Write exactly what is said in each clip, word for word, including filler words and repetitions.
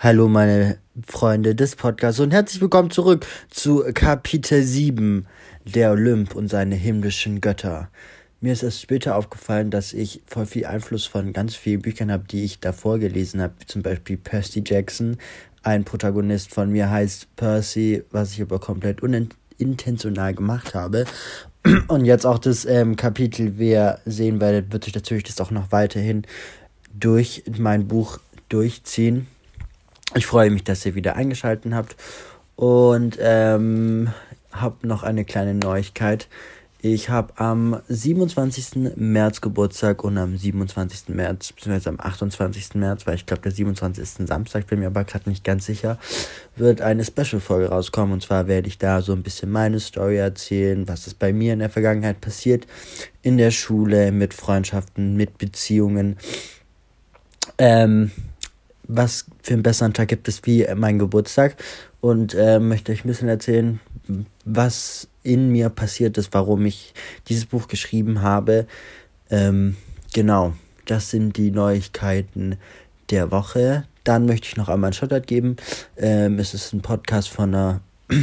Hallo meine Freunde des Podcasts und herzlich willkommen zurück zu Kapitel sieben, der Olymp und seine himmlischen Götter. Mir ist erst später aufgefallen, dass ich voll viel Einfluss von ganz vielen Büchern habe, die ich davor gelesen habe, wie zum Beispiel Percy Jackson. Ein Protagonist von mir heißt Percy, was ich aber komplett unintentional gemacht habe. Und jetzt auch das ähm, Kapitel, wie ihr sehen werdet, wird sich natürlich das auch noch weiterhin durch mein Buch durchziehen. Ich freue mich, dass ihr wieder eingeschaltet habt und ähm, habe noch eine kleine Neuigkeit. Ich habe am siebenundzwanzigsten März Geburtstag und am siebenundzwanzigsten März, beziehungsweise am achtundzwanzigsten März, weil ich glaube, der siebenundzwanzigste Samstag, bin mir aber gerade nicht ganz sicher, wird eine Special-Folge rauskommen. Und zwar werde ich da so ein bisschen meine Story erzählen, was ist bei mir in der Vergangenheit passiert, in der Schule, mit Freundschaften, mit Beziehungen. Ähm... was für einen besseren Tag gibt es wie mein Geburtstag und äh, möchte euch ein bisschen erzählen, was in mir passiert ist, warum ich dieses Buch geschrieben habe. Ähm, genau, das sind die Neuigkeiten der Woche. Dann möchte ich noch einmal einen Shoutout geben. Ähm, es ist ein Podcast von einer,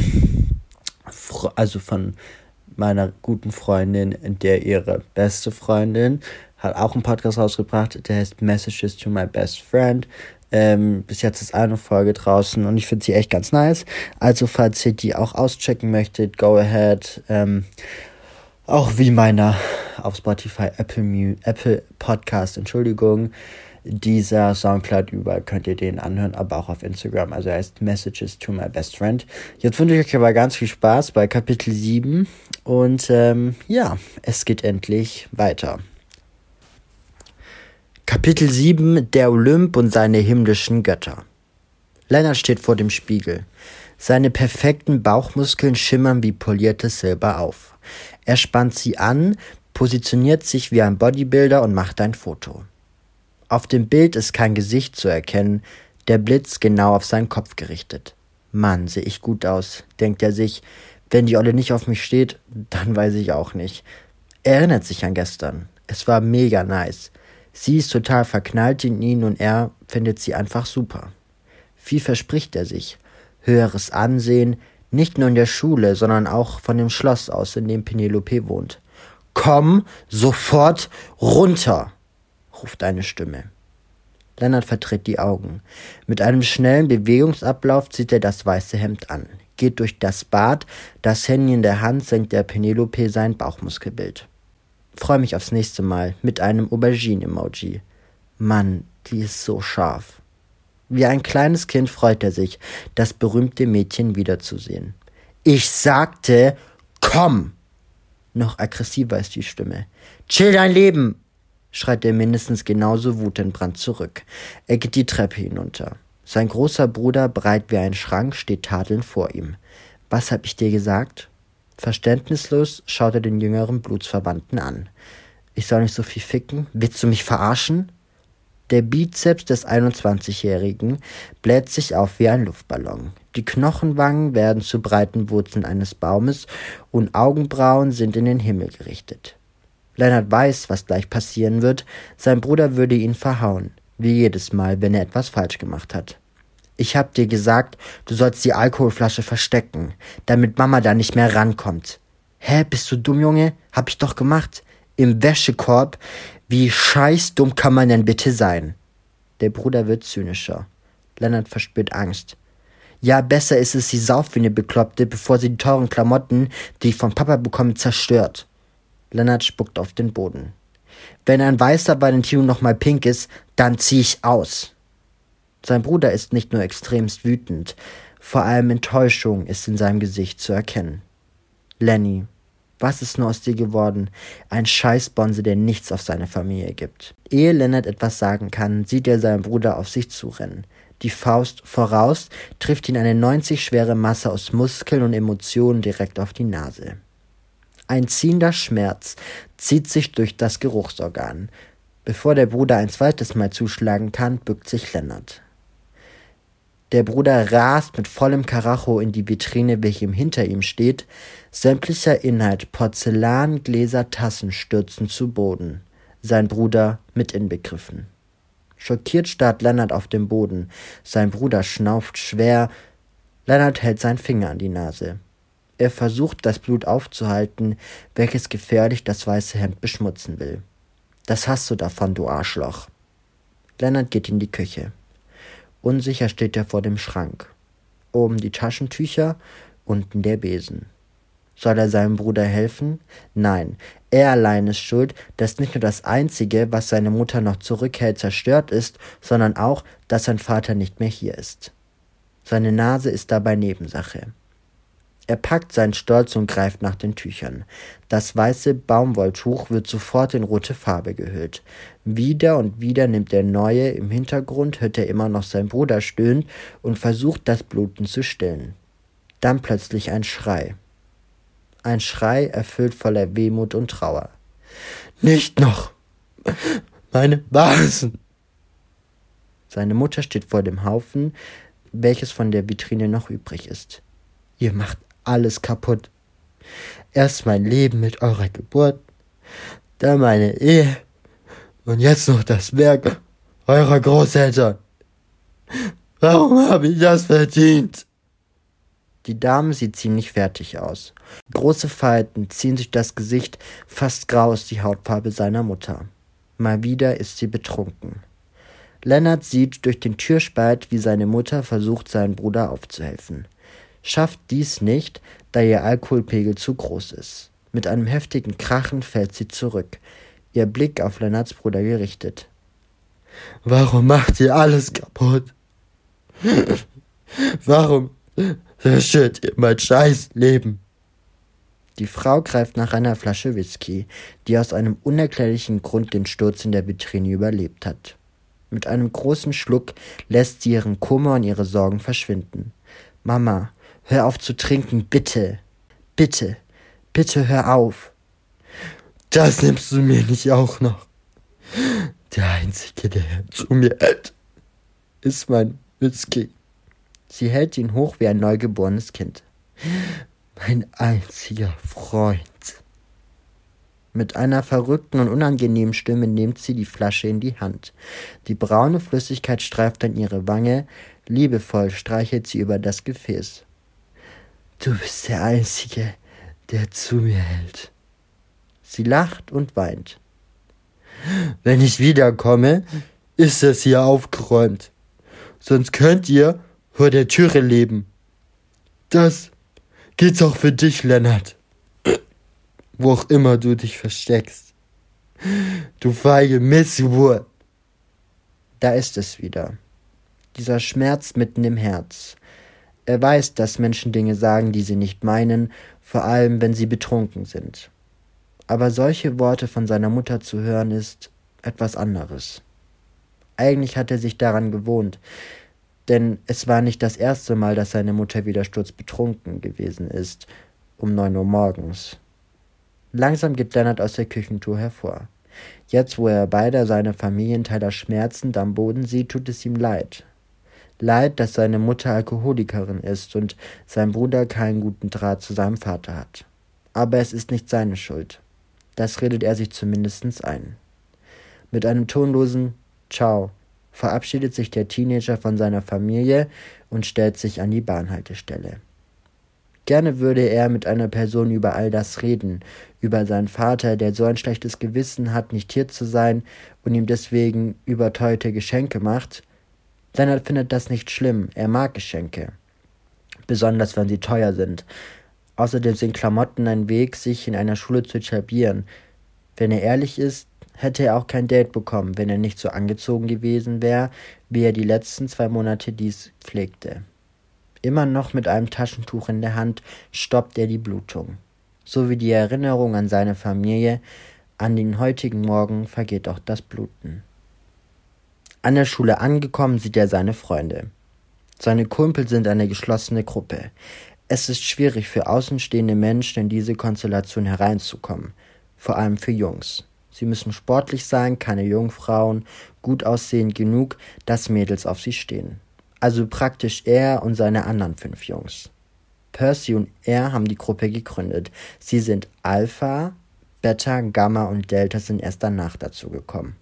also von meiner guten Freundin, der ihre beste Freundin hat auch einen Podcast rausgebracht, der heißt Messages to My Best Friend. Ähm, bis jetzt ist eine Folge draußen und ich finde sie echt ganz nice. Also falls ihr die auch auschecken möchtet, go ahead. Ähm, auch wie meiner auf Spotify, Apple, Mu- Apple Podcast, Entschuldigung. Dieser Soundcloud überall könnt ihr den anhören, aber auch auf Instagram. Also er heißt Messages to My Best Friend. Jetzt wünsche ich euch aber ganz viel Spaß bei Kapitel sieben und ähm, ja, es geht endlich weiter. Kapitel sieben, der Olymp und seine himmlischen Götter. Lennart steht vor dem Spiegel. Seine perfekten Bauchmuskeln schimmern wie poliertes Silber auf. Er spannt sie an, positioniert sich wie ein Bodybuilder und macht ein Foto. Auf dem Bild ist kein Gesicht zu erkennen, der Blitz genau auf seinen Kopf gerichtet. Mann, sehe ich gut aus, denkt er sich. Wenn die Olle nicht auf mich steht, dann weiß ich auch nicht. Er erinnert sich an gestern. Es war mega nice. Sie ist total verknallt in ihn und er findet sie einfach super. Viel verspricht er sich. Höheres Ansehen, nicht nur in der Schule, sondern auch von dem Schloss aus, in dem Penelope wohnt. »Komm sofort runter«, ruft eine Stimme. Lennart verdreht die Augen. Mit einem schnellen Bewegungsablauf zieht er das weiße Hemd an, geht durch das Bad, das Handy in der Hand senkt der Penelope sein Bauchmuskelbild. Freue mich aufs nächste Mal mit einem Aubergine-Emoji. Mann, die ist so scharf. Wie ein kleines Kind freut er sich, das berühmte Mädchen wiederzusehen. Ich sagte, komm! Noch aggressiver ist die Stimme. Chill dein Leben! Schreit er mindestens genauso wutentbrannt zurück. Er geht die Treppe hinunter. Sein großer Bruder, breit wie ein Schrank, steht tadelnd vor ihm. Was hab ich dir gesagt? Verständnislos schaut er den jüngeren Blutsverwandten an. Ich soll nicht so viel ficken? Willst du mich verarschen? Der Bizeps des einundzwanzigjährigen bläht sich auf wie ein Luftballon. Die Knochenwangen werden zu breiten Wurzeln eines Baumes und Augenbrauen sind in den Himmel gerichtet. Lennart weiß, was gleich passieren wird. Sein Bruder würde ihn verhauen, wie jedes Mal, wenn er etwas falsch gemacht hat. Ich hab dir gesagt, du sollst die Alkoholflasche verstecken, damit Mama da nicht mehr rankommt. Hä, bist du dumm, Junge? Hab ich doch gemacht. Im Wäschekorb. Wie scheiß dumm kann man denn bitte sein? Der Bruder wird zynischer. Lennart verspürt Angst. Ja, besser ist es, sie sauft wie eine Bekloppte, bevor sie die teuren Klamotten, die ich von Papa bekomme, zerstört. Lennart spuckt auf den Boden. Wenn ein weißer Valentino nochmal pink ist, dann zieh ich aus. Sein Bruder ist nicht nur extremst wütend, vor allem Enttäuschung ist in seinem Gesicht zu erkennen. Lenny, was ist nur aus dir geworden? Ein Scheißbonze, der nichts auf seine Familie gibt. Ehe Lennart etwas sagen kann, sieht er seinen Bruder auf sich zurennen. Die Faust voraus trifft ihn eine neunzig schwere Masse aus Muskeln und Emotionen direkt auf die Nase. Ein ziehender Schmerz zieht sich durch das Geruchsorgan. Bevor der Bruder ein zweites Mal zuschlagen kann, bückt sich Lennart. Der Bruder rast mit vollem Karacho in die Vitrine, welche hinter ihm steht. Sämtlicher Inhalt, Porzellan, Gläser, Tassen stürzen zu Boden. Sein Bruder mit inbegriffen. Schockiert starrt Leonard auf den Boden. Sein Bruder schnauft schwer. Leonard hält seinen Finger an die Nase. Er versucht, das Blut aufzuhalten, welches gefährlich das weiße Hemd beschmutzen will. Das hast du davon, du Arschloch. Leonard geht in die Küche. Unsicher steht er vor dem Schrank. Oben die Taschentücher, unten der Besen. Soll er seinem Bruder helfen? Nein, er allein ist schuld, dass nicht nur das Einzige, was seine Mutter noch zurückhält, zerstört ist, sondern auch, dass sein Vater nicht mehr hier ist. Seine Nase ist dabei Nebensache. Er packt seinen Stolz und greift nach den Tüchern. Das weiße Baumwolltuch wird sofort in rote Farbe gehüllt. Wieder und wieder nimmt er neue, im Hintergrund hört er immer noch seinen Bruder stöhnen und versucht, das Bluten zu stillen. Dann plötzlich ein Schrei. Ein Schrei erfüllt voller Wehmut und Trauer. Nicht noch! Meine Basen! Seine Mutter steht vor dem Haufen, welches von der Vitrine noch übrig ist. Ihr macht alles kaputt. Erst mein Leben mit eurer Geburt, dann meine Ehe und jetzt noch das Werk eurer Großeltern. Warum habe ich das verdient? Die Dame sieht ziemlich fertig aus. Große Falten ziehen sich das Gesicht, fast grau ist die Hautfarbe seiner Mutter. Mal wieder ist sie betrunken. Leonard sieht durch den Türspalt, wie seine Mutter versucht, seinen Bruder aufzuhelfen. Schafft dies nicht, da ihr Alkoholpegel zu groß ist. Mit einem heftigen Krachen fällt sie zurück, ihr Blick auf Leonards Bruder gerichtet. Warum macht ihr alles kaputt? Warum zerstört ihr mein Scheißleben? Die Frau greift nach einer Flasche Whisky, die aus einem unerklärlichen Grund den Sturz in der Vitrine überlebt hat. Mit einem großen Schluck lässt sie ihren Kummer und ihre Sorgen verschwinden. Mama, hör auf zu trinken, bitte. Bitte, bitte hör auf. Das nimmst du mir nicht auch noch. Der Einzige, der zu mir hält, ist mein Whisky. Sie hält ihn hoch wie ein neugeborenes Kind. Mein einziger Freund. Mit einer verrückten und unangenehmen Stimme nimmt sie die Flasche in die Hand. Die braune Flüssigkeit streift an ihre Wange, liebevoll streichelt sie über das Gefäß. Du bist der Einzige, der zu mir hält. Sie lacht und weint. Wenn ich wiederkomme, ist es hier aufgeräumt. Sonst könnt ihr vor der Türe leben. Das geht's auch für dich, Leonard. Wo auch immer du dich versteckst. Du feige Missgeburt. Da ist es wieder. Dieser Schmerz mitten im Herz. Er weiß, dass Menschen Dinge sagen, die sie nicht meinen, vor allem wenn sie betrunken sind. Aber solche Worte von seiner Mutter zu hören, ist etwas anderes. Eigentlich hat er sich daran gewohnt, denn es war nicht das erste Mal, dass seine Mutter wieder sturzbetrunken gewesen ist, um neun Uhr morgens. Langsam geht Leonard aus der Küchentour hervor. Jetzt, wo er beide seine Familienteile schmerzend am Boden sieht, tut es ihm leid. Leid, dass seine Mutter Alkoholikerin ist und sein Bruder keinen guten Draht zu seinem Vater hat. Aber es ist nicht seine Schuld. Das redet er sich zumindest ein. Mit einem tonlosen Ciao verabschiedet sich der Teenager von seiner Familie und stellt sich an die Bahnhaltestelle. Gerne würde er mit einer Person über all das reden, über seinen Vater, der so ein schlechtes Gewissen hat, nicht hier zu sein und ihm deswegen überteuerte Geschenke macht. Leonard findet das nicht schlimm, er mag Geschenke, besonders wenn sie teuer sind. Außerdem sind Klamotten ein Weg, sich in einer Schule zu etablieren. Wenn er ehrlich ist, hätte er auch kein Date bekommen, wenn er nicht so angezogen gewesen wäre, wie er die letzten zwei Monate dies pflegte. Immer noch mit einem Taschentuch in der Hand stoppt er die Blutung. So wie die Erinnerung an seine Familie, an den heutigen Morgen vergeht auch das Bluten. An der Schule angekommen sieht er seine Freunde. Seine Kumpel sind eine geschlossene Gruppe. Es ist schwierig für außenstehende Menschen in diese Konstellation hereinzukommen, vor allem für Jungs. Sie müssen sportlich sein, keine Jungfrauen, gut aussehend genug, dass Mädels auf sie stehen. Also praktisch er und seine anderen fünf Jungs. Percy und er haben die Gruppe gegründet. Sie sind Alpha, Beta, Gamma und Delta sind erst danach dazu gekommen.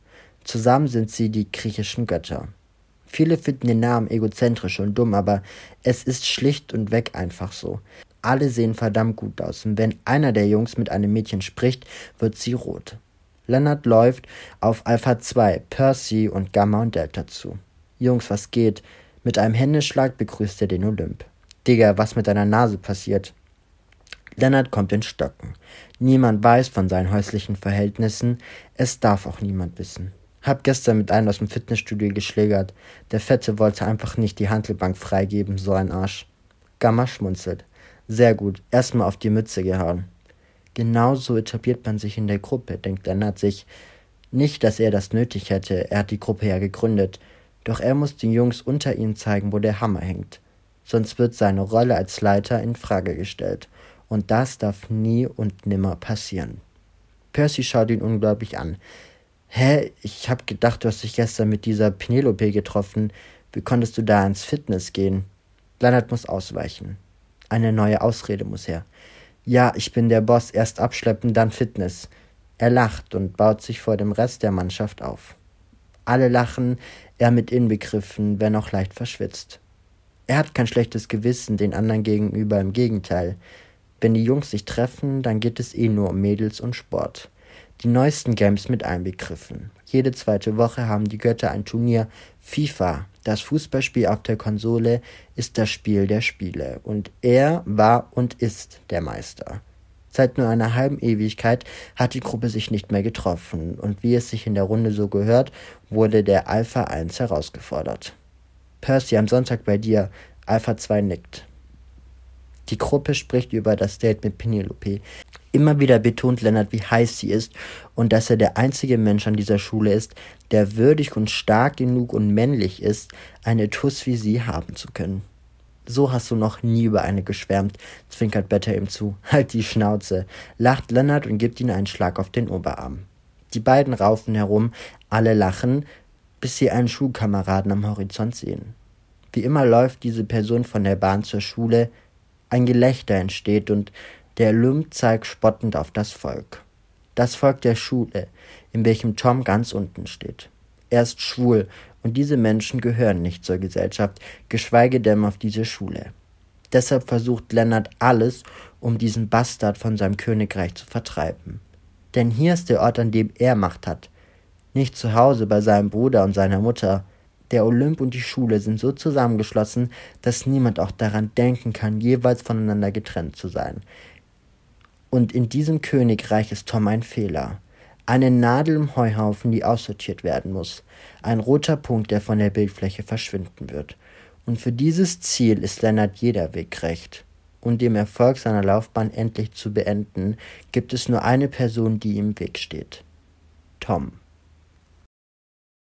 Zusammen sind sie die griechischen Götter. Viele finden den Namen egozentrisch und dumm, aber es ist schlicht und weg einfach so. Alle sehen verdammt gut aus und wenn einer der Jungs mit einem Mädchen spricht, wird sie rot. Leonard läuft auf Alpha zwei, Percy und Gamma und Delta zu. Jungs, was geht? Mit einem Händeschlag begrüßt er den Olymp. Digga, was mit deiner Nase passiert? Leonard kommt in Stocken. Niemand weiß von seinen häuslichen Verhältnissen, es darf auch niemand wissen. Hab gestern mit einem aus dem Fitnessstudio geschlägert. Der Fette wollte einfach nicht die Hantelbank freigeben, so ein Arsch. Gamma schmunzelt. Sehr gut, erstmal auf die Mütze gehauen. Genauso etabliert man sich in der Gruppe, denkt Leonard sich. Nicht, dass er das nötig hätte, er hat die Gruppe ja gegründet. Doch er muss den Jungs unter ihm zeigen, wo der Hammer hängt. Sonst wird seine Rolle als Leiter in Frage gestellt. Und das darf nie und nimmer passieren. Percy schaut ihn ungläubig an. Hä, ich hab gedacht, du hast dich gestern mit dieser Penelope getroffen. Wie konntest du da ins Fitness gehen? Leonard muss ausweichen. Eine neue Ausrede muss her. Ja, ich bin der Boss, erst abschleppen, dann Fitness. Er lacht und baut sich vor dem Rest der Mannschaft auf. Alle lachen, er mit inbegriffen, wenn auch leicht verschwitzt. Er hat kein schlechtes Gewissen den anderen gegenüber, im Gegenteil. Wenn die Jungs sich treffen, dann geht es eh nur um Mädels und Sport. Die neuesten Games mit einbegriffen. Jede zweite Woche haben die Götter ein Turnier. FIFA, das Fußballspiel auf der Konsole, ist das Spiel der Spiele. Und er war und ist der Meister. Seit nur einer halben Ewigkeit hat die Gruppe sich nicht mehr getroffen. Und wie es sich in der Runde so gehört, wurde der Alpha eins herausgefordert. Percy, am Sonntag bei dir. Alpha zwei nickt. Die Gruppe spricht über das Date mit Penelope. Immer wieder betont Leonard, wie heiß sie ist und dass er der einzige Mensch an dieser Schule ist, der würdig und stark genug und männlich ist, eine Tuss wie sie haben zu können. So hast du noch nie über eine geschwärmt, zwinkert Beta ihm zu. Halt die Schnauze, lacht Leonard und gibt ihm einen Schlag auf den Oberarm. Die beiden raufen herum, alle lachen, bis sie einen Schulkameraden am Horizont sehen. Wie immer läuft diese Person von der Bahn zur Schule, ein Gelächter entsteht und der Olymp zeigt spottend auf das Volk. Das Volk der Schule, in welchem Tom ganz unten steht. Er ist schwul und diese Menschen gehören nicht zur Gesellschaft, geschweige denn auf diese Schule. Deshalb versucht Leonard alles, um diesen Bastard von seinem Königreich zu vertreiben. Denn hier ist der Ort, an dem er Macht hat. Nicht zu Hause bei seinem Bruder und seiner Mutter. Der Olymp und die Schule sind so zusammengeschlossen, dass niemand auch daran denken kann, jeweils voneinander getrennt zu sein. Und in diesem Königreich ist Tom ein Fehler. Eine Nadel im Heuhaufen, die aussortiert werden muss. Ein roter Punkt, der von der Bildfläche verschwinden wird. Und für dieses Ziel ist Leonard jeder Weg recht. Um den Erfolg seiner Laufbahn endlich zu beenden, gibt es nur eine Person, die ihm im Weg steht. Tom.